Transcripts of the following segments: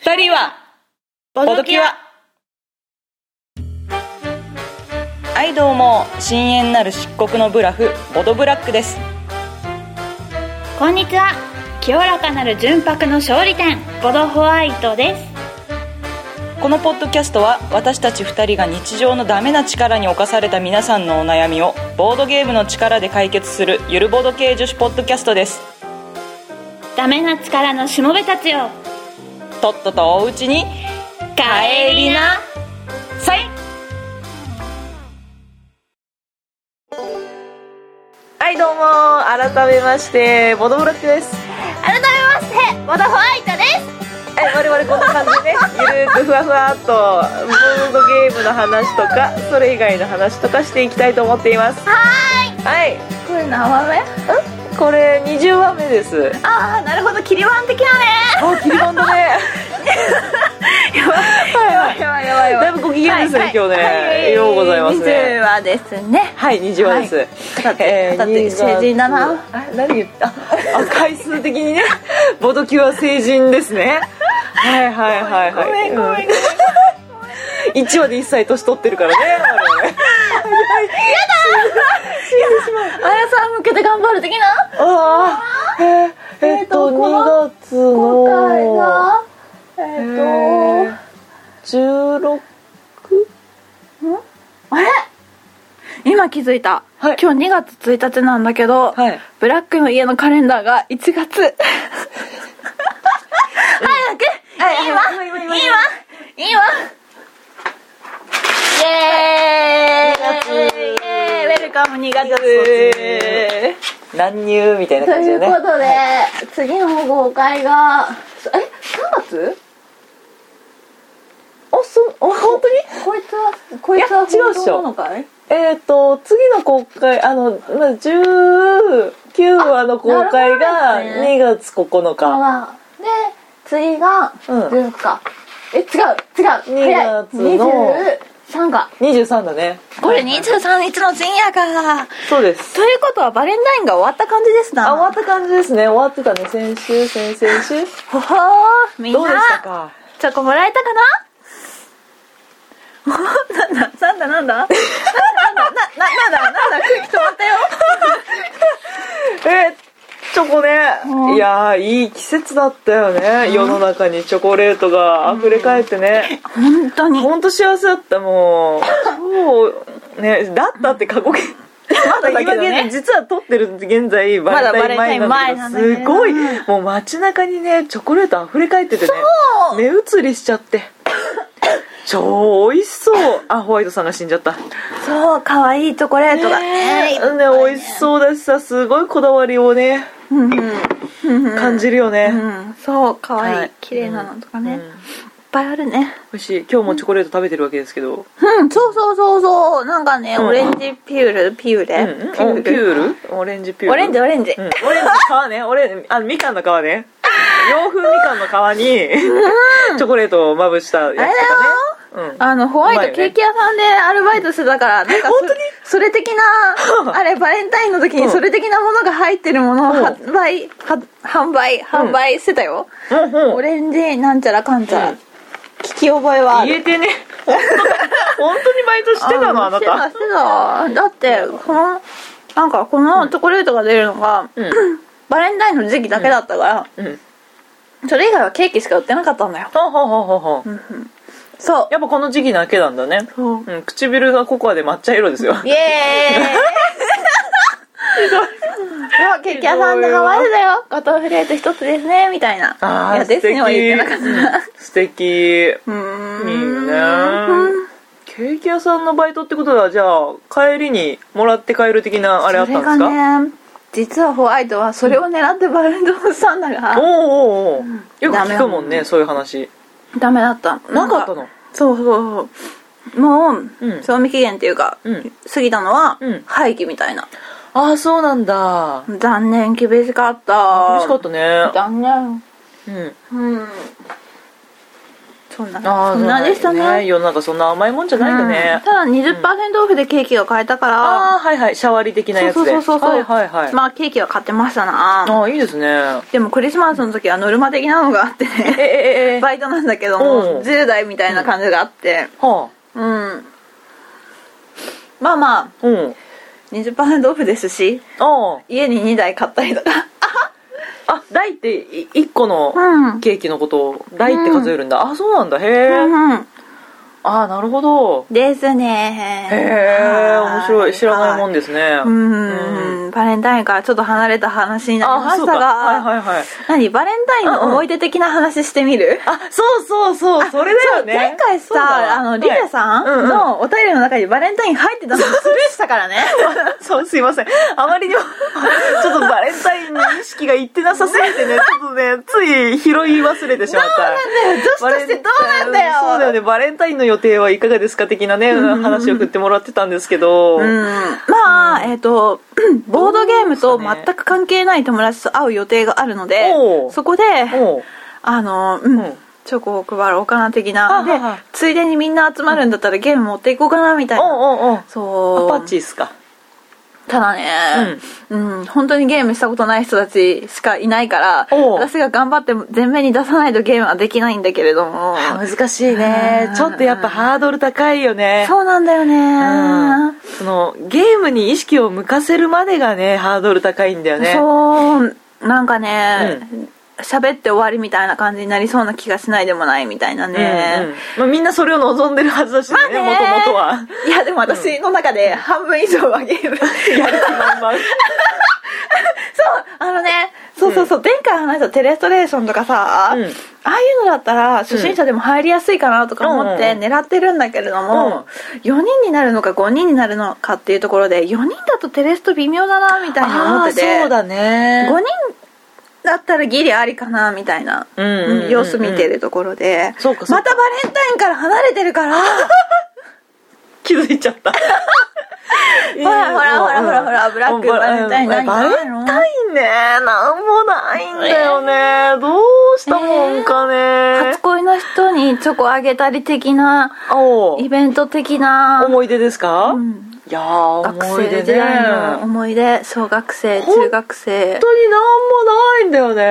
二人はボドキュア。はいどうも、深淵なる漆黒のブラフボドブラックです。 こんにちは。清らかなる純白の勝利点ボドホワイトです。 このポッドキャストは私たち2人が日常のダメな力に侵された皆さんのお悩みをボードゲームの力で解決するゆるボード系女子ポッドキャストです。 ダメな力のしもべたちよ、 とっととおうちに帰りなさい。はいどうも、改めましてボドブラックです。 改めましてボドホワイトです。 我々こんな感じでね、ゆるくふわふわっとボードゲームの話とかそれ以外の話とかしていきたいと思っています。はい。 これ何話目？ これ20話目です。 ああ、なるほど、切り板的なね。 あ、切り板だね。 やばい。 だいぶご機嫌ですね、今日ね。ようございますね。 20話ですね。 はい、20話です。 片手成人だな。 何言った？回数的にね、ボドキュア成人ですね。はい。ごめん。1話で1歳年取ってるからね。やだ。 あやさん向けて頑張る的な。 ああ、2月の今回が 16？ あれ？今気づいた。 はい、 今日2月1日なんだけど、 はい、 ブラックの家のカレンダーが1月。早く。いいわ。イエーイ。ウェルカム2月。 乱入みたいな感じでね。 ということで、次の公開が3月？ 本当に？ こいつは違うっしょ。 本当なのかい？ 次の公開19話の公開が2月9日。 で、次が14日。違う。 2月の 23か。 23だね。 これ23日の前夜か。 そうです。 ということはバレンタインが終わった感じですな。 終わった感じですね。終わってたね。先週。 ほほー、みんなどうでしたか？ チョコもらえたかな？なんだ空気止まったよ。 チョコね。いやー、いい季節だったよね。世の中にチョコレートが溢れ返ってね。本当幸せだった。もうね、だったって過去形。まだだけどね、実は撮ってる現在バレンタイン前なんだけど、すごいもう街中にねチョコレート溢れ返っててね、目移りしちゃって超美味しそう。ホワイトさんが死んじゃった。 そう、可愛いチョコレートがね、 美味しそうだしさ、すごいこだわりをね感じるよね。 そう、可愛い綺麗なのとかね、いっぱいあるね。 美味しい。今日もチョコレート食べてるわけですけど、 そうなんかね、オレンジピューレ、オレンジピューレ、オレンジ皮ね、みかんの皮ね、洋風みかんの皮にチョコレートをまぶしたやつとかね。 ホワイトケーキ屋さんでアルバイトしてたから、なんか本当にそれ的なあれバレンタインの時にそれ的なものが入ってるものを販売してたよ。オレンジなんちゃらかんちゃら、聞き覚えはある。 言えてね。本当にバイトしてたの？あなた。 してた。だってこのチョコレートが出るのがバレンタインの時期だけだったから、それ以外はケーキしか売ってなかったんだよ。そう、 やっぱこの時期だけなんだね。唇がココアで抹茶色ですよ。 イエーイ。ケーキ屋さんでハワイだよ、ガトーフレート一つですねみたいな。いやですねは言ってなかった。 素敵。いいよね。ケーキ屋さんのバイトってことは、じゃあ帰りにもらって帰る的なあれあったんですか？ それがね、実はホワイトはそれを狙ってバレンタインをしたんだが、 よく聞くもんね、そういう話。 ダメだった。 なかったの？ そうもう、賞味期限っていうか、過ぎたのは、廃棄みたいな。 ああ、そうなんだ。 残念、厳しかった。 厳しかったね。 残念。 そんなでしたね。 世の中そんな甘いもんじゃないんだね。 ただ 20% オフでケーキが買えたから、 はいはい、シャワリ的なやつで。 そうはいはいはい。 まあケーキは買ってましたな。 いいですね。 でもクリスマスの時はノルマ的なのがあってね、バイトなんだけども10代みたいな感じがあって、まあまあ 20% オフですし、家に2台買ったりとか。 台って1個のケーキのことを台って数えるんだ。そうなんだ。へえ。なるほどですね。 へえ、面白い。知らないもんですね。 バレンタインからちょっと離れた話になりましたが、何バレンタインの思い出的な話してみる？ そうそれだよね。 前回さリレさんのお便りの中にバレンタイン入ってたのスルーしたからね。 そう、すいません。あまりにもちょっとバレンタインに意識がいってなさすぎてね、ちょっとねつい拾い忘れてしまった。 そうなんだよ、女子としてどうなんだよ。 そうだよね。バレンタインの予定はいかがですか的なね話を振ってもらってたんですけど、 まあボードゲームと全く関係ない友達と会う予定があるので、そこでチョコを配ろうかな的なで、ついでにみんな集まるんだったらゲーム持っていこうかなみたいな。そう。 アパッチですか。 ただね、本当にゲームしたことない人たちしかいないから、私が頑張って前面に出さないとゲームはできないんだけれども、 難しいね。ちょっとやっぱハードル高いよね。 そうなんだよね。 そのゲームに意識を向かせるまでがねハードル高いんだよね。 そうなんかね、喋って終わりみたいな感じになりそうな気がしないでもないみたいなね。 みんなそれを望んでるはずだしね、もともとは。 いやでも私の中で半分以上はゲームやる気満々。そう前回話したテレストレーションとかさ、ああいうのだったら初心者でも入りやすいかなとか思って狙ってるんだけれども、4人になるのか5人になるのかっていうところで、4人だとテレスト微妙だなみたいに思ってて、 そうだね、 5人だったらギリありかなみたいな様子見てるところで、またバレンタインから離れてるから気づいちゃった。 ほらブラックバレンタイン何バレンタインね、なんもないんだよね。どうしたもんかね。 初恋の人にチョコあげたり的なイベント的な思い出ですか？いや学生時代の思い出、小学生中学生、 本当になんもないんだよね。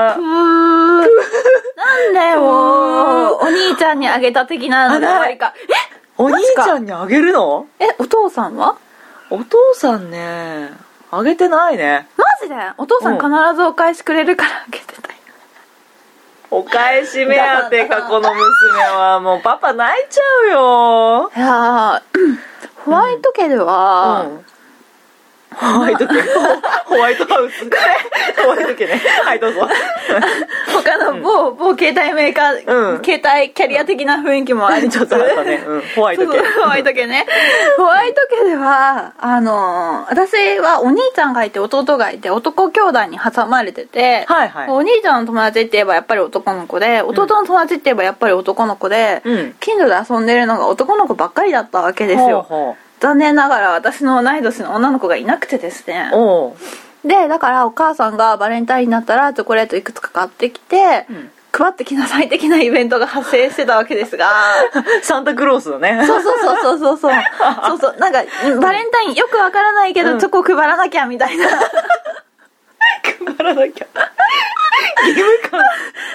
なんだよ、お兄ちゃんにあげた的なので終わりか。 お兄ちゃんにあげるの？ お父さんは？ お父さんね、あげてないね。 マジで？お父さん必ずお返しくれるからあげてたよ。 お返し目当てかこの娘は。もうパパ泣いちゃうよ。 いやホワイト家では、 ホワイト家ホワイトハウスホワイト家ね。はいどうぞ。 他の某携帯メーカー、携帯キャリア的な雰囲気もありつつ、 ホワイト家。 ホワイト家ね。ホワイト家では私はお兄ちゃんがいて弟がいて、男兄弟に挟まれてて、お兄ちゃんの友達って言えばやっぱり男の子で、弟の友達って言えばやっぱり男の子で、近所で遊んでるのが男の子ばっかりだったわけですよ。残念ながら私の同い年の女の子がいなくてですね。でだからお母さんがバレンタインになったらチョコレートいくつか買ってきて、配ってきなさい的なイベントが発生してたわけですがサンタクロースだね。 そうなんかバレンタインよくわからないけど、チョコ配らなきゃみたいな配らなきゃ義務感。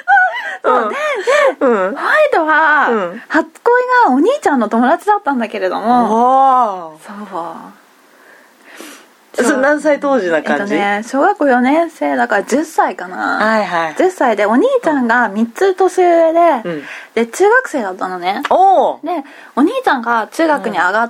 ホワイトは、初恋がお兄ちゃんの友達だったんだけれども、 そう何歳当時な感じ？ 小学校4年生だから10歳かな。10歳でお兄ちゃんが3つ年上で、中学生だったのね。でお兄ちゃんが中学に上がって、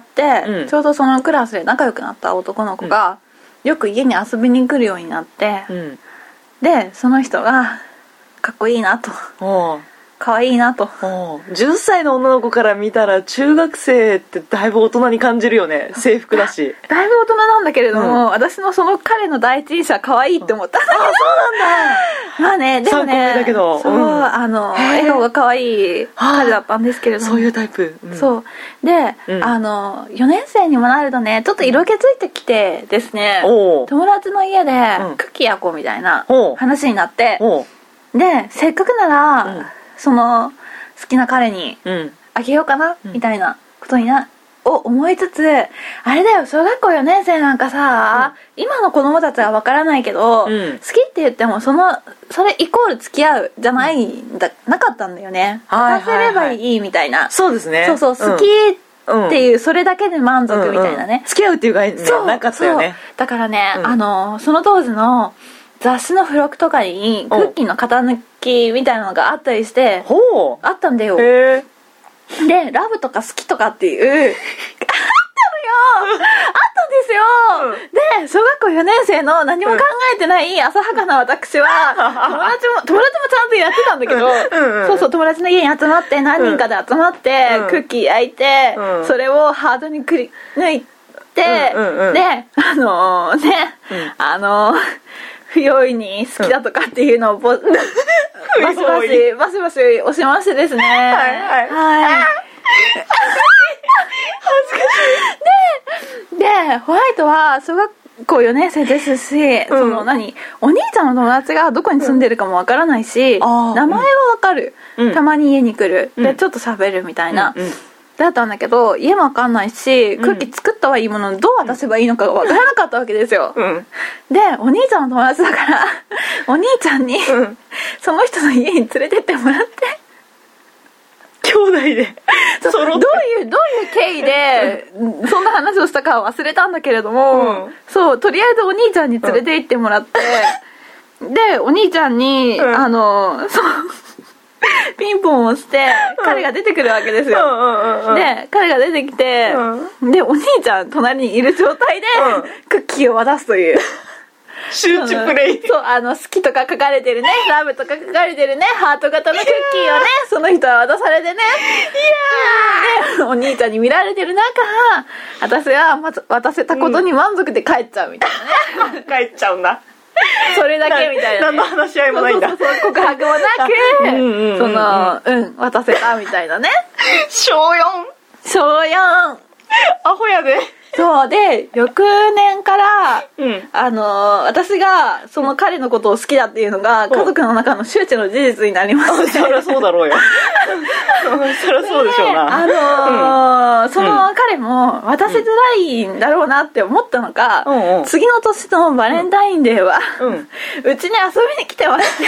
ちょうどそのクラスで仲良くなった男の子が、よく家に遊びに来るようになって、でその人がかっこいいなと、可愛いなと。 10歳の女の子から見たら中学生ってだいぶ大人に感じるよね。制服だしだいぶ大人なんだけれども、私のその彼の第一印象は可愛いって思ったんだけど。 そうなんだ。 まあね、でもね、 だけど笑顔が可愛い彼だったんですけれども、 そういうタイプ。 そうで、4年生にもなるとね、ちょっと色気づいてきてですね、友達の家でクッキー焼こうみたいな話になって、でせっかくなら、その好きな彼にあげようかな、みたいなことを思いつつ、あれだよ、小学校4年生なんかさ、今の子供たちは分からないけど、好きって言ってもそれイコール付き合うじゃなかったんだよね。渡せればいいみたいな。 そうですね。 そう好きっていう、それだけで満足みたいなね。 付き合うっていう概念はなかったよね。 だからね、その当時の雑誌の付録とかにクッキーの型抜きみたいなのがあったりして、あったんだよ。で、ラブとか好きとかっていうあったんですよ、で、小学校4年生の何も考えてない浅はかな私は友達もちゃんとやってたんだけど、そう友達の家に集まって何人かで集まって、クッキー焼いて、それをハードにくり抜いて、で不用意に好きだとかっていうのをバシバシ押しましてですね、はい恥ずかしい。でホワイトは小学校4年生ですし、お兄ちゃんの友達がどこに住んでるかもわからないし、名前はわかる、たまに家に来る、でちょっと喋るみたいな、だったんだけど、家もわかんないし、クッキー作ったはいいもののどう渡せばいいのかがわからなかったわけですよ、でお兄ちゃんの友達だからお兄ちゃんに、その人の家に連れてってもらって、 兄弟でどういう経緯でそんな話をしたかは忘れたんだけれども、そうとりあえずお兄ちゃんに連れて行ってもらって、でお兄ちゃんに、ピンポンをして彼が出てくるわけですよ、で彼が出てきて、でお兄ちゃん隣にいる状態で、クッキーを渡すという集中プレイ。 そう好きとか書かれてるね、ラブとか書かれてるね、ハート型のクッキーをね、その人は渡されてね、でお兄ちゃんに見られてる中、私は渡せたことに満足で帰っちゃうみたいなね、 帰っちゃうんだ、 それだけみたいな、 何の話し合いもないんだ。 そう告白もなく渡せたみたいなね。 小 4 アホやで。 そうで、翌年から、私がその彼のことを好きだっていうのが家族の中の周知の事実になりまして、 そりゃそうだろうよそりゃそうでしょうな。 その彼も渡せづらいんだろうなって思ったのか、次の年のバレンタインデーは、うちに遊びに来てまして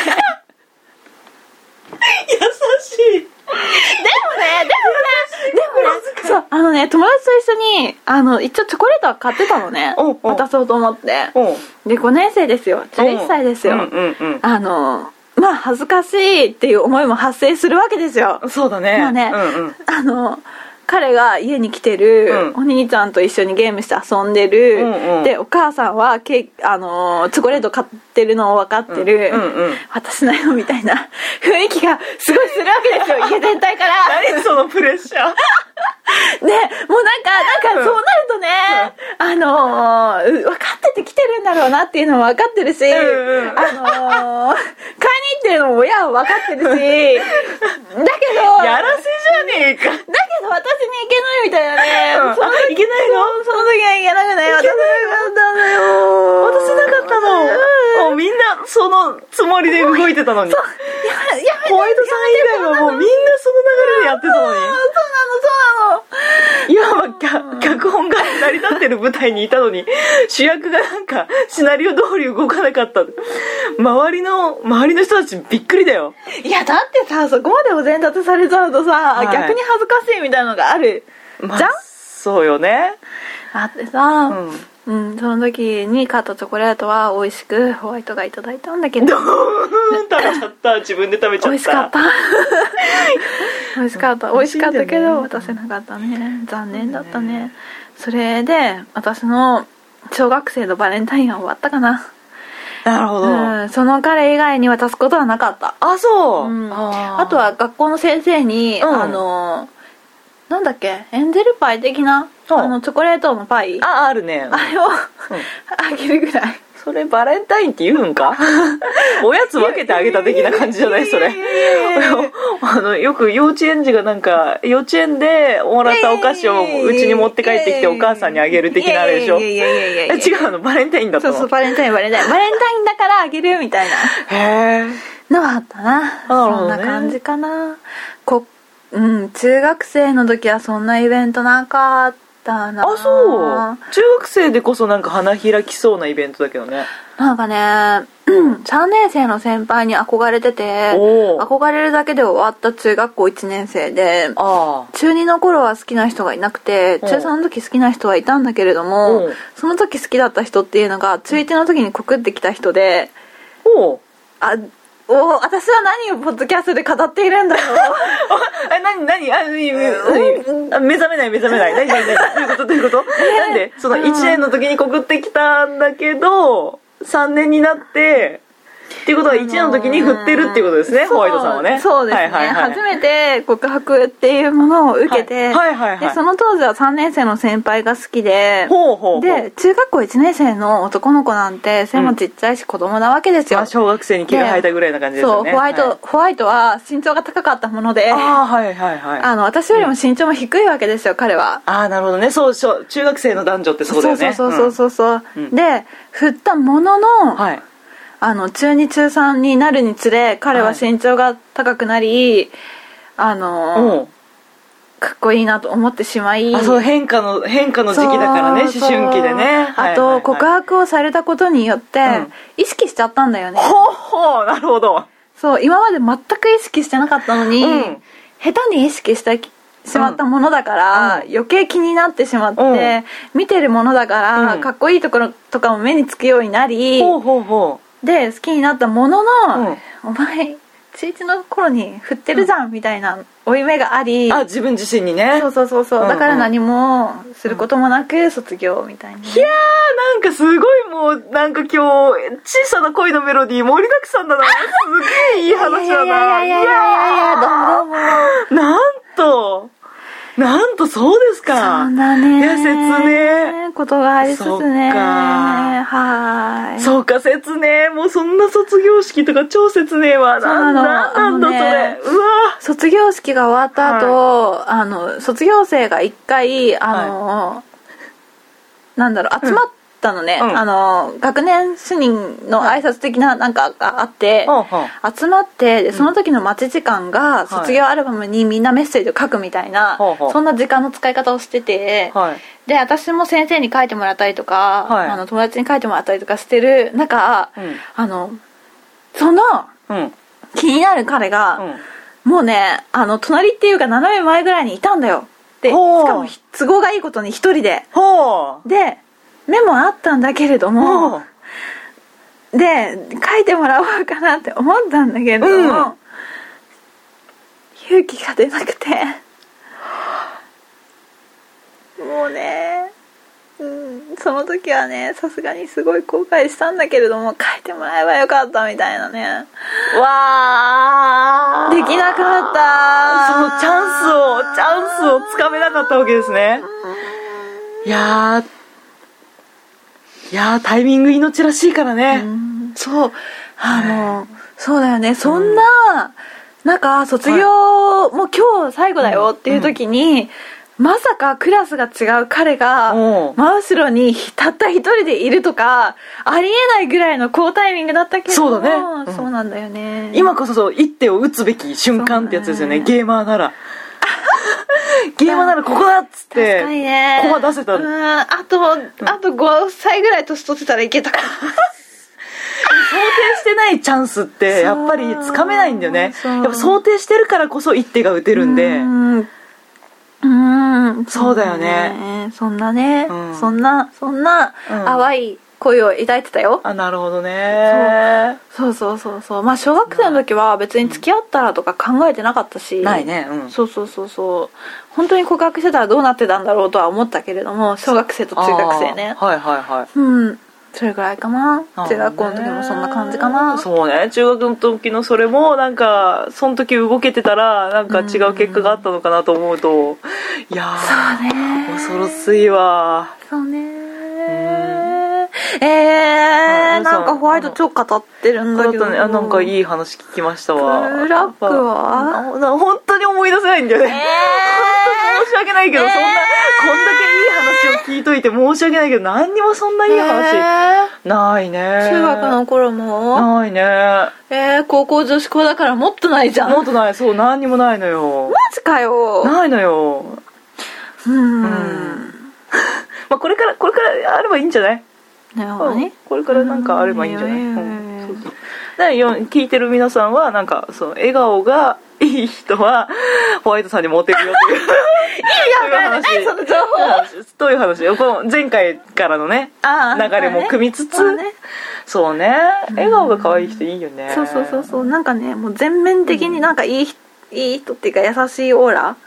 優しい。 でもねそう友達と一緒に一応チョコレートは買ってたのね、渡そうと思って。で5年生ですよ、11歳ですよ、まあ恥ずかしいっていう思いも発生するわけですよ。 そうだね。 まあね、彼が家に来てる、お兄ちゃんと一緒にゲームして遊んでる、でお母さんはチョコレート買ってるのを分かってる、私のよみたいな雰囲気がすごいするわけですよ家全体から。 何そのプレッシャーでもうなんかそうなるとね、分かってて来てるんだろうなっていうのも分かってるし、買いに行ってるのも親は分かってるし、だけどやらせじゃねえか。 だけど私に行けないみたいなね。 いけないの？ その時は行けなくない。渡せなかったんだよ。 渡せなかったの。もうみんなそのつもりで動いてたのに。ホワイトさん以外はもうみんなその流れでやってたのに。 そうなの。 いわば脚本が成り立ってる舞台にいたのに、主役がなんかシナリオ通り動かなかった。周りの人たちびっくりだよ。 いやだってさ、そこまでお膳立てされちゃうとさ、逆に恥ずかしいみたいなのがある、じゃん。 そうよね。 だってさ、その時に買ったチョコレートは美味しくホワイトがいただいたんだけど食べちゃった。自分で食べちゃった。 美味しかった美味しかったけど渡せなかったね。残念だったね。それで私の小学生のバレンタインは終わったかな。 なるほど、 その彼以外に渡すことはなかった。 あ、そう、 あとは学校の先生に、なんだっけ、エンゼルパイ的なチョコレートのパイ、 あるね、 あれを、あげるぐらい。 それバレンタインって言うんかおやつ分けてあげた的な感じじゃないそれ。よく幼稚園児がなんか幼稚園でもらったお菓子をうちに持って帰ってきてお母さんにあげる的なあれでしょ。違うの、バレンタインだったの。 そうバレンタインだからあげるみたいなへえのはあったな。そんな感じかな。こっ中学生の時はそんなイベントなかったな。 あ、そう中学生でこそなんか花開きそうなイベントだけどね。 なんかね3年生の先輩に憧れてて、憧れるだけで終わった中学校1年生で、中2の頃は好きな人がいなくて、中3の時好きな人はいたんだけれども、その時好きだった人っていうのが中1の時に告ってきた人で、私は何をポッドキャストで語っているんだろう目覚めないどういうことなんでその1年の時に告ってきたんだけど3年になってっていうことは1年の時に振ってるっていうことですね、ホワイトさんはね。 そうですね、初めて告白っていうものを受けて、でその当時は3年生の先輩が好きで、で中学校1年生の男の子なんて背もちっちゃいし子供なわけですよ、 小学生に毛が生えたぐらいな感じですよね。 そうホワイトは身長が高かったもので、私よりも身長も低いわけですよ、彼は。 なるほどね。そう中学生の男女ってそうだよね。 そうで振ったものの、中2中3になるにつれ彼は身長が高くなり、かっこいいなと思ってしまい、 そう変化の時期だからね、思春期でね。 あと告白をされたことによって意識しちゃったんだよね。 なるほど。 そう今まで全く意識してなかったのに、下手に意識してしまったものだから、余計気になってしまって、見てるものだから、かっこいいところとかも目につくようになり、で好きになったものの、お前中1の頃に振ってるじゃんみたいな負い目があり、 自分自身にね。 そうだから何もすることもなく卒業みたいな。 いやなんかすごいもうなんか今日小さな恋のメロディー盛りだくさんだな。すげえいい話だな。 いやどうもなんとそうですか。 そんなね。 いや切ねことがありつつね。 そうか切ね。もうそんな卒業式とか超切ねわ。なんだそれ。うわ。 卒業式が終わった後、卒業生が一回集まったのね、学年主任の挨拶的ななんかがあって、集まって、でその時の待ち時間が卒業アルバムにみんなメッセージを書くみたいな、そんな時間の使い方をしてて、で私も先生に書いてもらったりとか、友達に書いてもらったりとかしてる中、その、気になる彼が、もうね隣っていうか斜め前ぐらいにいたんだよ。でしかも都合がいいことに一人でで目もあったんだけれども、で書いてもらおうかなって思ったんだけれども、勇気が出なくて、もうね、その時はねさすがにすごい後悔したんだけれども、書いてもらえばよかったみたいなね。 わー、 できなかった。 そのチャンスをつかめなかったわけですね。いやタイミング命らしいからね。 そうそうだよね。そんな、なんか卒業、もう今日最後だよっていう時に、まさかクラスが違う彼が真後ろにたった一人でいるとかありえないぐらいの好タイミングだったけど、 そうだね、 そうなんだよね。 今こそ一手を打つべき瞬間ってやつですよね。ゲーマーならここだっつって確かにね、 駒出せた。 あと5歳ぐらい年取ってたらいけたか想定してないチャンスってやっぱりつかめないんだよね。やっぱ想定してるからこそ一手が打てるんで。そうだよね。 そんなね、そんな淡い恋を抱いてたよ。 なるほどね。 そうまあ小学生の時は別に付き合ったらとか考えてなかったし、 ないね。 そう本当に告白してたらどうなってたんだろうとは思ったけれども、小学生と中学生ね。それぐらいかな。中学校の時もそんな感じかな。 そうね、中学の時のそれもなんかその時動けてたらなんか違う結果があったのかなと思うと、いやそうね、 恐ろしいわ。 そうね。なんかホワイト超語ってるんだけど、 なんかいい話聞きましたわ。 ブラックは本当に思い出せないんだよね。本当に申し訳ないけど、こんだけいい話を聞いといて申し訳ないけど何にもそんないい話ないね。 中学の頃もないね。 高校女子校だからもっとないじゃん。 もっとない。そう、何にもないのよ。 マジかよ。 ないのよ。まあこれからあればいいんじゃない？これからなんかあればいいんじゃない？聞いてる皆さんはなんかその笑顔がいい人はホワイトさんにモテるよっていう意味がわからない。その情報どういう話？この前回からのね流れも組みつつ、そうね、笑顔が可愛い人いいよね。 そうなんかね、もう全面的になんかいい人っていうか優しいオーラ、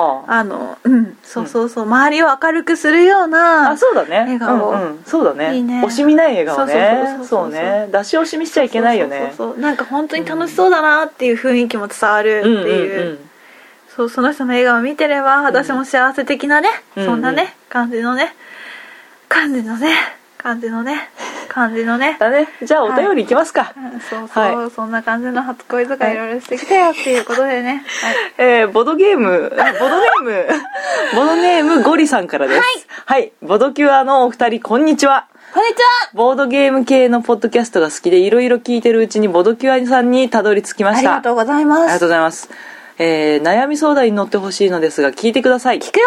そう周りを明るくするようなそうだね、 笑顔、 そうだね、 いいね、 惜しみない笑顔ね。そうね、出し惜しみしちゃいけないよね。 なんか本当に楽しそうだなっていう雰囲気も伝わるっていう、その人の笑顔を見てれば私も幸せ的なね、そんなね感じのねだね。じゃあお便りいきますか。 そんな感じの初恋とかいろいろしてきたよっていうことでね。 ボドネームゴリさんからです。はい、ボドキュアのお二人こんにちは。 こんにちは。 ボードゲーム系のポッドキャストが好きでいろいろ聞いてるうちにボドキュアさんにたどり着きました。 ありがとうございます。 ありがとうございます。悩み相談に乗ってほしいのですが聞いてください。 聞くよ。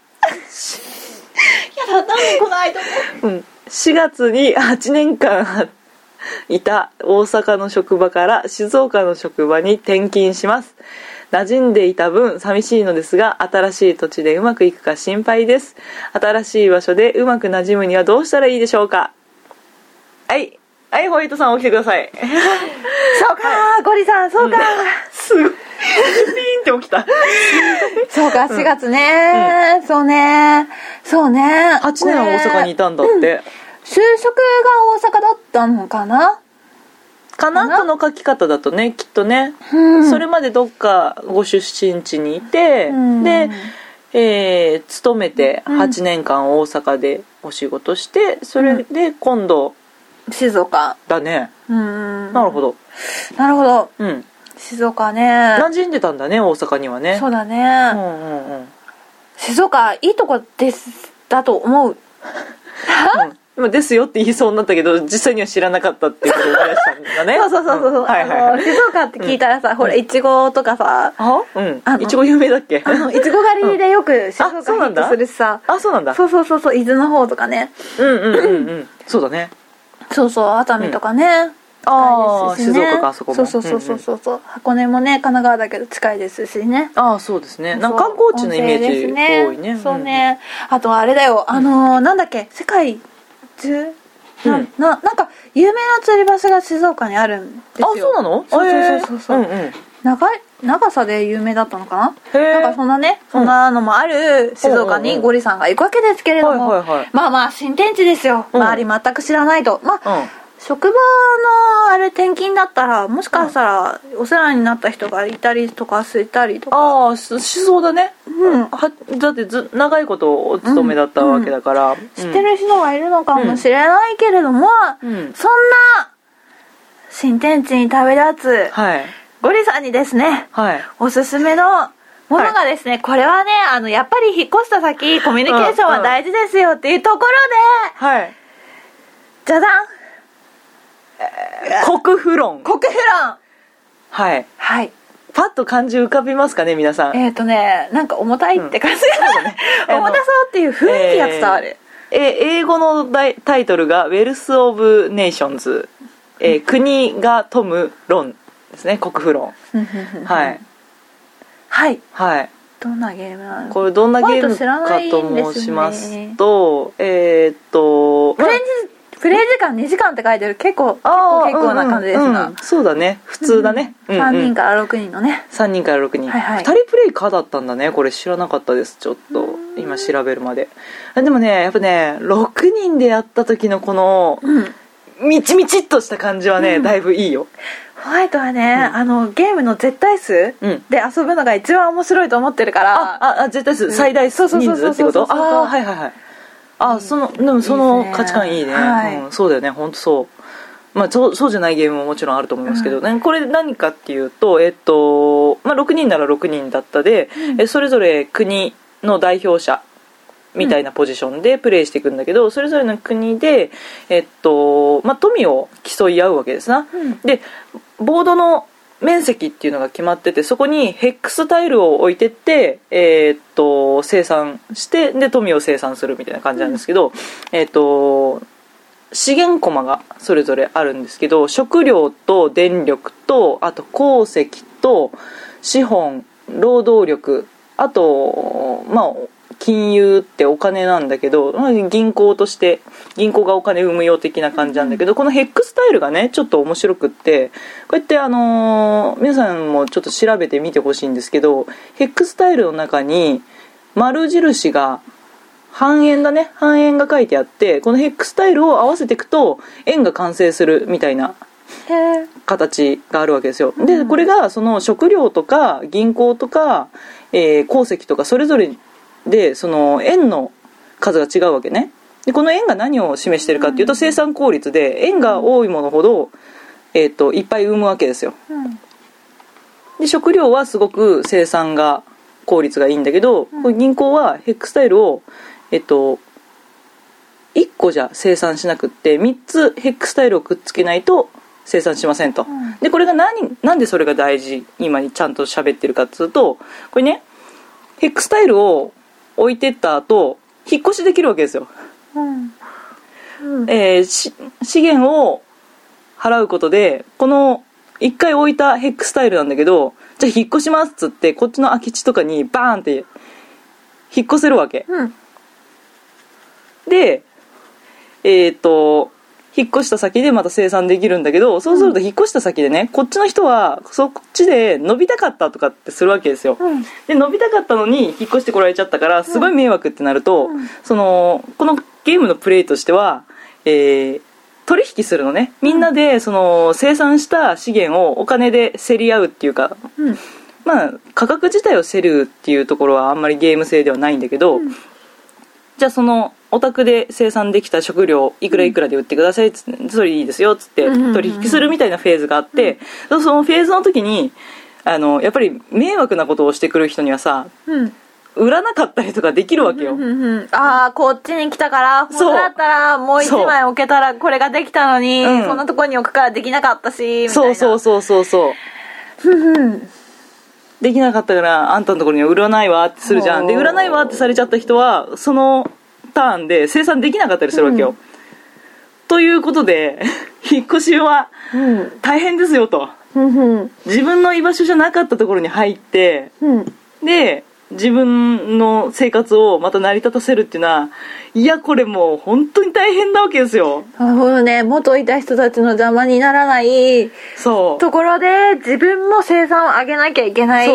やだ、なんでこの間も。 4月に8年間いた大阪の職場から静岡の職場に転勤します。馴染んでいた分寂しいのですが新しい土地でうまくいくか心配です。新しい場所でうまく馴染むにはどうしたらいいでしょうか。はい、ホワイトさん起きてください。 そうか、ゴリさん、そうか、 すごいピーンって起きた。 そうか、4月ね、そうね 8年は大阪にいたんだって、 就職が大阪だったのかなこの書き方だとね、きっとね、それまでどっかご出身地にいて、で、勤めて8年間大阪でお仕事して、それで今度静岡だね。なるほど、 静岡ね、 馴染んでたんだね、大阪にはね。 そうだね、静岡いいとこだと思う。 今ですよって言いそうになったけど実際には知らなかったっていうことを思い出したんだね。 そう静岡って聞いたらさ、ほらいちごとかさ、 いちご有名だっけ？ いちご狩りでよく静岡ヒットするしさ、 そうなんだ。 そう伊豆の方とかね、 そうだね、 熱海とかね、 静岡か、そこも。 そう箱根もね神奈川だけど近いですしね。 そうですね、なんか観光地のイメージ多いね。 そうね、あとはあれだよ、なんだっけ、世界中なんか有名な吊り橋が静岡にあるんですよ。 そうなの？ そう長さで有名だったのかな。なんかそんなのもある静岡にゴリさんが行くわけですけれども、まあ新天地ですよ。周り全く知らないと、職場のあれ転勤だったらもしかしたらお世話になった人がいたりとかしたりとかしそうだね。だって長いことお勤めだったわけだから、 知ってる人がいるのかもしれないけれども、そんな新天地に旅立つゴリさんにですね、おすすめのものがですね、これはね、やっぱり引っ越した先コミュニケーションは大事ですよっていうところで、じゃじゃん、 国フロン。はい。パッと漢字浮かびますかね、皆さん。 なんか重たいって感じがね。重たそうっていう雰囲気が伝わる。 英語のタイトルがウェルス・オブ・ネーションズ、国が富む論ですね、国フロン。はい。どんなゲームなの？これどんなゲームかと申しますと、 プレイ時間2時間って書いてる。結構な感じですが、 そうだね、普通だね。 3人から6人のね。 3人から6人、2人プレイ可だったんだね。これ知らなかったです。ちょっと今調べるまで。でもね、やっぱね6人でやった時のこのみちみちっとした感じはね、だいぶいいよ。 ホワイトはね、ゲームの絶対数で遊ぶのが一番面白いと思ってるから。 絶対数、最大人数ってこと？でもその価値観いいね。そうだよね、本当そう。そうじゃないゲームももちろんあると思いますけど、これ何かっていうと、6人なら6人だったで、それぞれ国の代表者みたいなポジションでプレイしていくんだけど、それぞれの国で、富を競い合うわけですな、でボードの面積っていうのが決まってて、そこにヘックスタイルを置いてって、生産してで富を生産するみたいな感じなんですけど、資源コマがそれぞれあるんですけど、食料と電力と、あと鉱石と資本、労働力、あと金融ってお金なんだけど、銀行として銀行がお金生むよ的な感じなんだけど、このヘックスタイルがねちょっと面白くって、こうやって皆さんもちょっと調べてみてほしいんですけど、ヘックスタイルの中に丸印が半円だね、半円が書いてあって、このヘックスタイルを合わせていくと円が完成するみたいな形があるわけですよ。でこれがその食料とか銀行とか、鉱石とかそれぞれでその円の数が違うわけね。でこの円が何を示しているかっていうと、生産効率で円が多いものほど、いっぱい生むわけですよ。で食料はすごく生産が効率がいいんだけど、これ銀行はヘックスタイルを1個じゃ生産しなくって3つヘックスタイルをくっつけないと生産しませんと。でこれがなんでそれが大事、今にちゃんと喋ってるかっていうと、これねヘックスタイルを置いてった後引っ越しできるわけですよ。資源を払うことで、この1回置いたヘックスタイルなんだけど、じゃあ引っ越しますっつってこっちの空き地とかにバーンって引っ越せるわけ、で引っ越した先でまた生産できるんだけど、そうすると引っ越した先でね、こっちの人はそっちで伸びたかったとかってするわけですよ、で伸びたかったのに引っ越してこられちゃったからすごい迷惑ってなると、このゲームのプレイとしては、取引するのね。みんなでその生産した資源をお金で競り合うっていうか、価格自体を競るっていうところはあんまりゲーム性ではないんだけど、じゃあそのお宅で生産できた食料いくらいくらで売ってくださいっつって、それいいですよっつって取引するみたいなフェーズがあって、そのフェーズの時にやっぱり迷惑なことをしてくる人にはさ、売らなかったりとかできるわけよ、 こっちに来たから本当だったらもう1枚置けたらこれができたのに、そんなところに置くからできなかったしみたいな。 そうできなかったからあんたのところには売らないわってするじゃん。で売らないわってされちゃった人はそのターンで生産できなかったりするわけよ、ということで引っ越しは大変ですよと、自分の居場所じゃなかったところに入って、で自分の生活をまた成り立たせるっていうのは、いやこれもう本当に大変なわけですよ。 なるほどね。元いた人たちの邪魔にならないところで自分も生産を上げなきゃいけない。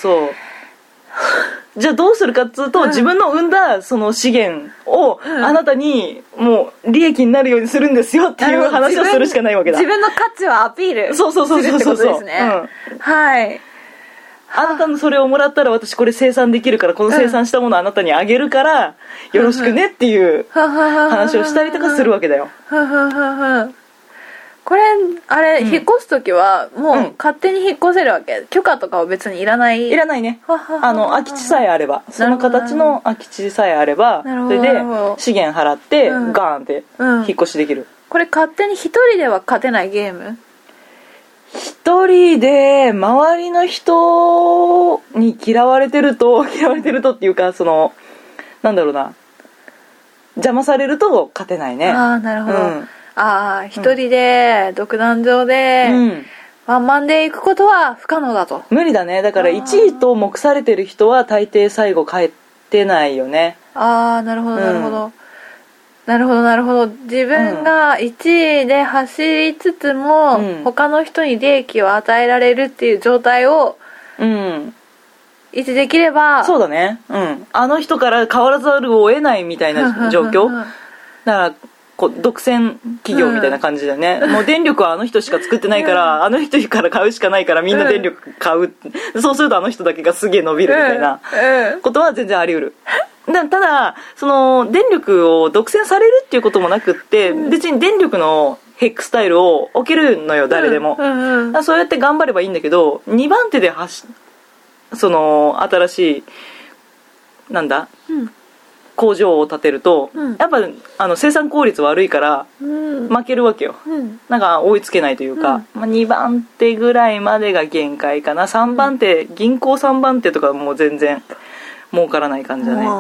じゃあどうするかっつうと、自分の生んだその資源をあなたにもう利益になるようにするんですよっていう話をするしかないわけだ。 自分の価値をアピールするってことですね。はい。 あなたのそれをもらったら私これ生産できるから、この生産したものをあなたにあげるからよろしくねっていう話をしたりとかするわけだよ。 これあれ、引っ越す時はもう勝手に引っ越せるわけ、許可とかは別にいらない？ いらないね。空き地さえあれば、その形の空き地さえあれば、それで資源払ってガーンって引っ越しできる。 これ勝手に一人では勝てないゲーム？ 一人で周りの人に嫌われてるとっていうか、そのなんだろうな、邪魔されると勝てないね。 なるほど。一人で独壇場でワンマンで行くことは不可能だと。 無理だね。だから1位と目されてる人は大抵最後帰ってないよね。 なるほどなるほど。自分が1位で走りつつも、他の人に利益を与えられるっていう状態を維持できれば、 そうだね。あの人から変わらざるを得ないみたいな状況だから独占企業みたいな感じだよね、もう電力はあの人しか作ってないから、あの人から買うしかないからみんな電力買う、そうするとあの人だけがすげえ伸びるみたいなことは全然あり得る。ただその電力を独占されるっていうこともなくって、別に電力のヘックスタイルを置けるのよ誰でも、そうやって頑張ればいいんだけど、2番手でその新しい工場を建てると、やっぱ生産効率悪いから負けるわけよ、なんか追いつけないというか、2番手ぐらいまでが限界かな。3番手、銀行3番手とかもう全然儲からない感じだね。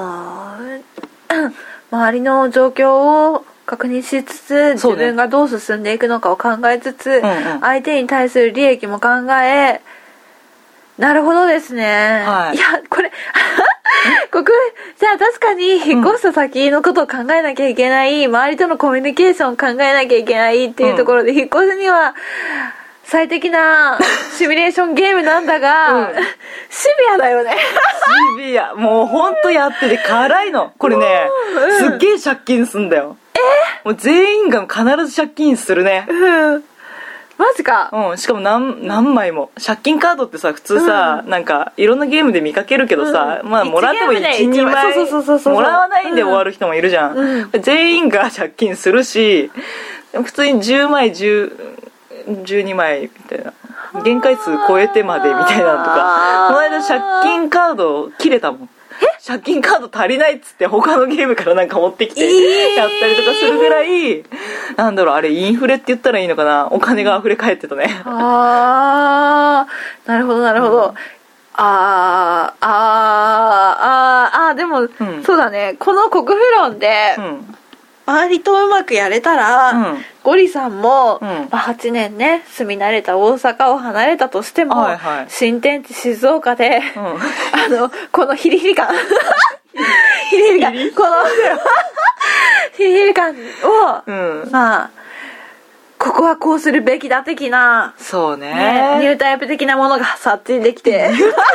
周りの状況を確認しつつ、自分がどう進んでいくのかを考えつつ、相手に対する利益も考え、なるほどですね、いやこれじゃあ確かに引っ越した先のことを考えなきゃいけない、周りとのコミュニケーションを考えなきゃいけないっていうところで、引っ越しには最適なシミュレーションゲームなんだが、シビアだよね。 シビア、もうほんとやってて辛いのこれね、すっげえ借金すんだよ。もう全員が必ず借金するね。 マジか。 しかも何枚も借金カードってさ、普通さ、なんかいろんなゲームで見かけるけどさ、まあもらっても 1,2 枚もらわないで終わる人もいるじゃん、全員が借金するし、普通に10枚12枚みたいな、限界数超えてまでみたいなのとか、この間借金カード切れたもん。借金カード足りないっつって他のゲームからなんか持ってきてやったりとかするぐらい、なんだろう、あれインフレって言ったらいいのかな、お金が溢れ返ってたね。 なるほどなるほど、でも、そうだね、この国フロンで、周りとうまくやれたら、ゴリさんも、8年ね住み慣れた大阪を離れたとしても、新天地静岡で、このヒリヒリ感このヒリヒリ感を、まあここはこうするべきだ的な、 そうね、 ニュータイプ的なものが察知できて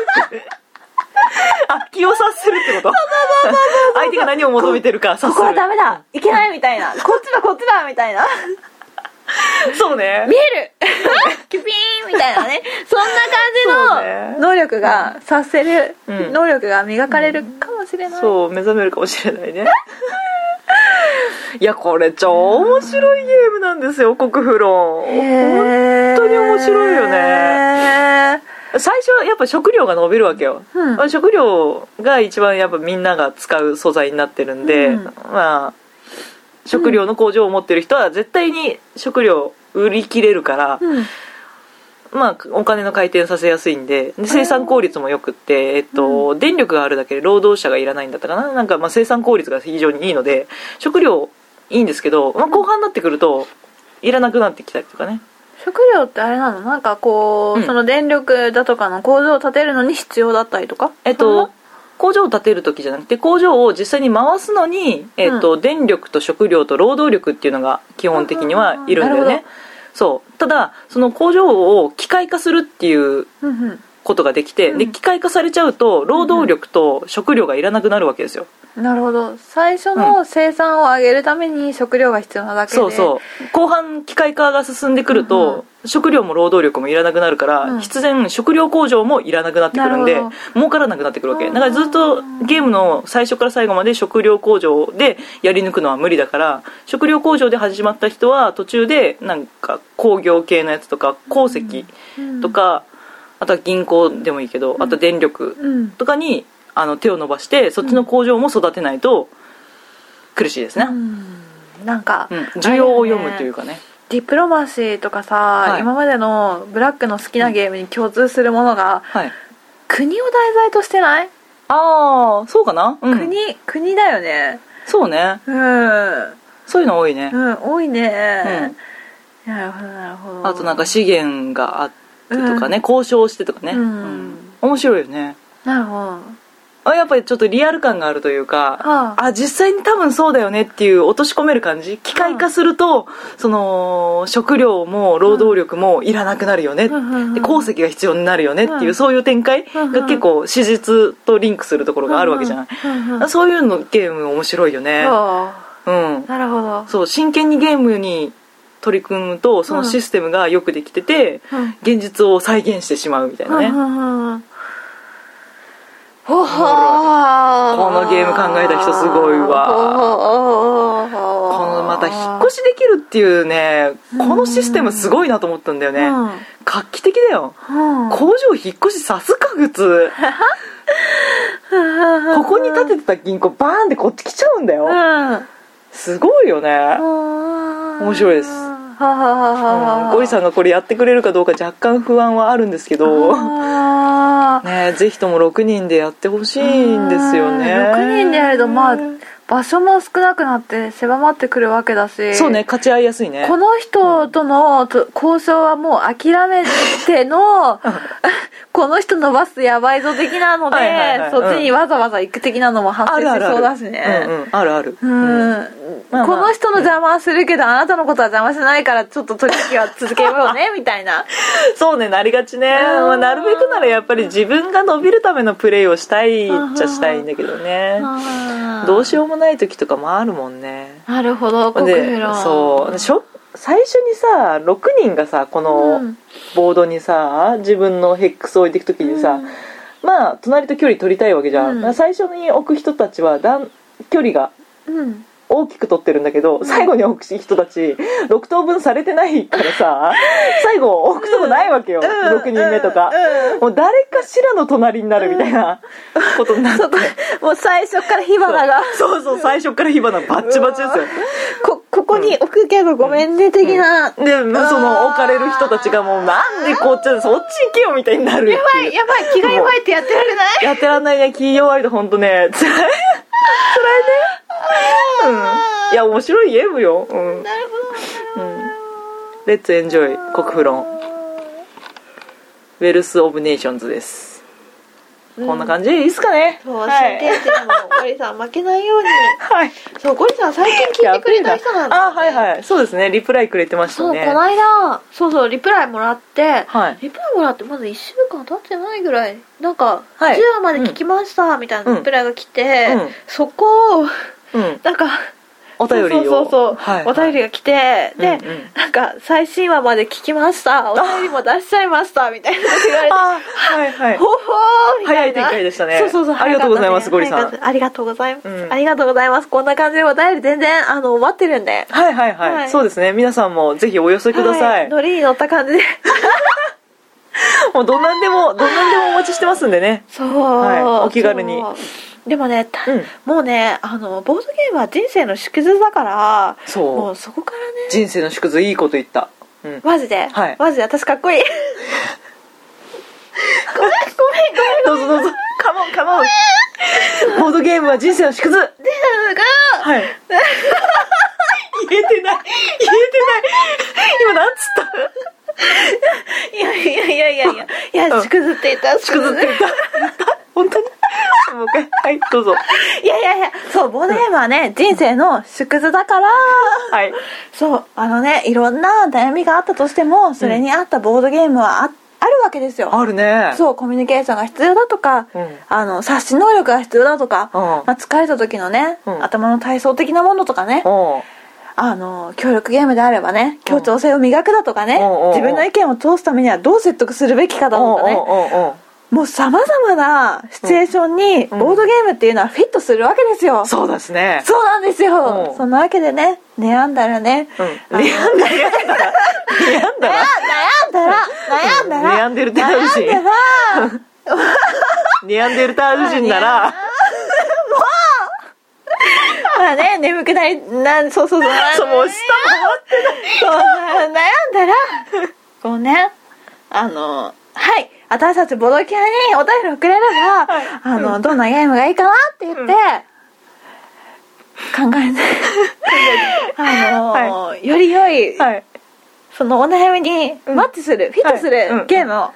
気を察するってこと？相手が何を求めてるか察する。 ここはダメだ、いけないみたいな、こっちだみたいなそうね、 見えるキュピーンみたいなね、そんな感じの能力が察せる、能力が磨かれるかもしれない、 そう目覚めるかもしれないねいやこれ超面白いゲームなんですよ、国フロン。本当に面白いよね。最初はやっぱ食料が伸びるわけよ、食料が一番やっぱみんなが使う素材になってるんで、まあ食料の工場を持ってる人は絶対に食料売り切れるから、まあお金の回転させやすいんで、生産効率もよくって、電力があるだけで労働者がいらないんだったかな、なんかまあ生産効率が非常にいいので食料いいんですけど、後半になってくるといらなくなってきたりとかね。 食料ってあれなの、なんかこう、その電力だとかの工場を建てるのに必要だったりとか、 工場を建てる時じゃなくて、工場を実際に回すのに、電力と食料と労働力っていうのが基本的にはいるんだよね。そう、ただその工場を機械化するっていうことができて、で機械化されちゃうと労働力と食料がいらなくなるわけですよ。 なるほど、最初の生産を上げるために食料が必要なだけで、 そう後半機械化が進んでくると、食料も労働力もいらなくなるから、必然食料工場もいらなくなってくるんで儲からなくなってくるわけだから、ずっとゲームの最初から最後まで食料工場でやり抜くのは無理だから、食料工場で始まった人は途中でなんか工業系のやつとか鉱石とか、あとは銀行でもいいけど、あと電力とかに手を伸ばしてそっちの工場も育てないと苦しいですね。 なんか、 需要を読むというかね、 ディプロマシーとかさ、今までのブラックの好きなゲームに共通するものが、国を題材としてない？ そうかな、 国だよね。 そうね、そういうの多いね、 多いね、なるほどなるほど。 あとなんか資源があってとかね、交渉してとかね、面白いよね。 なるほど。 やっぱりちょっとリアル感があるというか、実際に多分そうだよねっていう落とし込める感じ。機械化すると、その食料も労働力もいらなくなるよね、で鉱石が必要になるよねっていう、そういう展開が結構史実とリンクするところがあるわけじゃない、そういうのゲーム面白いよね。 なるほど。 そう、真剣にゲームに取り組むとそのシステムがよくできてて、現実を再現してしまうみたいなね。このゲーム考えた人すごいわ。このまた引っ越しできるっていうね、このシステムすごいなと思ったんだよね。画期的だよ。工場引っ越しさすか普通ここに建ててた銀行バーンってこっち来ちゃうんだよ、すごいよね。面白いです。ゴリさんがこれやってくれるかどうか若干不安はあるんですけどね、ぜひとも6人でやってほしいんですよね。 6人でやるとまあ場所も少なくなって狭まってくるわけだし、 そうね、勝ち合いやすいね。 この人との交渉はもう諦めてのこの人伸ばすやばいぞ的なので、そっちにわざわざ行く的なのも発生しそうだしね。 あるある。 この人の邪魔はするけど、あなたのことは邪魔しないからちょっと取引は続けようねみたいな。 そうね、なりがちね。なるべくならやっぱり自分が伸びるためのプレーをしたいっちゃしたいんだけどね。どうしようもない時とかもあるもんね。 なるほど。 で、そう最初にさ6人がさこのボードにさ自分のヘックスを置いていく時にさ、まあ隣と距離取りたいわけじゃん、最初に置く人たちは距離が大きく取ってるんだけど、最後に置く人たち6等分されてないからさ最後置くとこないわけよ、6人目とか、もう誰かしらの隣になるみたいなことになって、 もう最初から火花がそう最初から火花バッチバチですよ。 ここに置くけどごめんね的な、 でその置かれる人たちがもうなんでこっちでそっち行けよみたいになるっていう。 やばい気が弱いってやってられない、 やってらんないね。気弱いと本当ね辛いね。いや面白いゲームよ。なるほど。レッツエンジョイ国フロンウェルスオブネーションズです。こんな感じでいいですかね。 そう、新天地でもゴリさん負けないように。はい。そう、ゴリさん最近聞いてくれた人なんだ、ね。 はい。そうですね。リプライくれてましたね。 そう、この間、そうリプライもらって、リプライもらってまだ1週間経ってないぐらい、なんか10話まで聞きましたみたいなリプライが来て、そこをなんか。 お便りをお便りが来て、で、なんか最新話まで聞きました、お便りも出しちゃいましたみたいなこと言われて、ほほーみたいな。 早い展開でしたね。 そうありがとうございます、ゴリさん。 ありがとうございます。ありがとうございます。こんな感じでお便り全然待ってるんで。 はい。そうですね。皆さんもぜひお寄せください。 ノリに乗った感じで。 もうどんなんでもお待ちしてますんでね。 そう。 お気軽に。 でもね、もうねボードゲームは人生の縮図だから、もうそこからね、 人生の縮図いいこと言った、 マジで、マジで私かっこいい。ごめんどうぞカモンボードゲームは人生の縮図。はい言えてない今なんつった。 いや縮図って言った。 本当にもう一回、はい、どうぞ。 いやそう、ボードゲームはね、人生の縮図だから、そういろんな悩みがあったとしても、それに合ったボードゲームはあるわけですよ。 あるね。 そう、コミュニケーションが必要だとか、察し能力が必要だとか、疲れた時のね、頭の体操的なものとかね、協力ゲームであればね、協調性を磨くだとかね、自分の意見を通すためにはどう説得するべきかだとかね、もうさまざまなシチュエーションにボードゲームっていうのはフィットするわけですよ。 そうですね。 そうなんですよ。そのわけでね、悩んだら悩んでるタール人悩んでるタール人ならもうまあね、眠くなりそうもう下回ってない。悩んだらこうね、はい私たちボドキャにお便りをくれれば、どんなゲームがいいかなって言って、考えてより良い、そのお悩みにマッチする、フィットするゲームを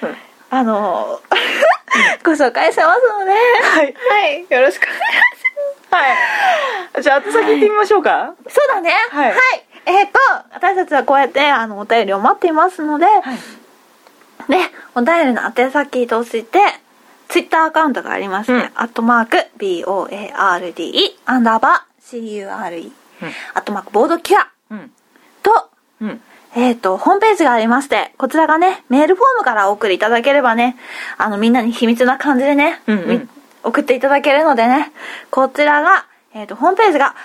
ご紹介しますので、よろしくお願いします。じゃあ後先行ってみましょうか。 そうだね。私たちはこうやってお便りを待っていますので、お便りの宛先としてツイッターアカウントがありまして、@BOARDE_CURE、ボードキュアと、ホームページがありまして、こちらがね、メールフォームからお送りいただければね、みんなに秘密な感じでね、送っていただけるのでね、こちらが、ホームページが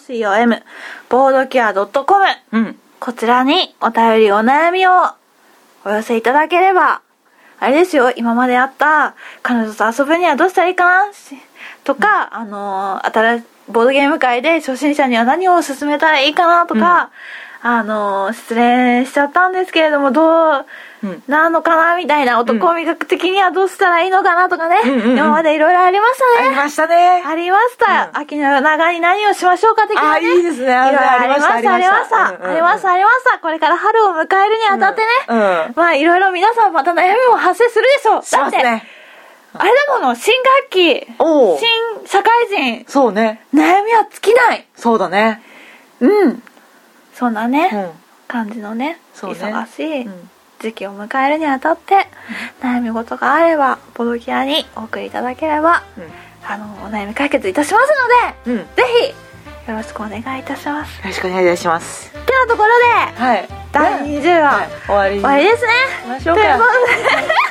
www.boardcure.com、ボードキュア .com、こちらにお便りお悩みをお寄せいただければ、あれですよ、今まであった彼女と遊ぶにはどうしたらいいかなとか、ボードゲーム界で初心者には何を勧めたらいいかなとか、失礼しちゃったんですけれどもどうなのかなみたいな、男味覚的にはどうしたらいいのかなとかね、今までいろいろありましたね。 ありましたね。 ありました、秋の夜長に何をしましょうか的なね。 いいですね。 ありましたこれから春を迎えるにあたってね、まあいろいろ皆さんまた悩みも発生するでしょう。だってあれだもの、新学期、新社会人、 そうね、 悩みは尽きない。 そうだね。 そんなね、感じのね、忙しい時期を迎えるにあたって、悩み事があればボドキアにお送りいただければ、お悩み解決いたしますので、ぜひよろしくお願いいたします。 よろしくお願いいたします。 ってなところで、第20話、終わりですね。 ということで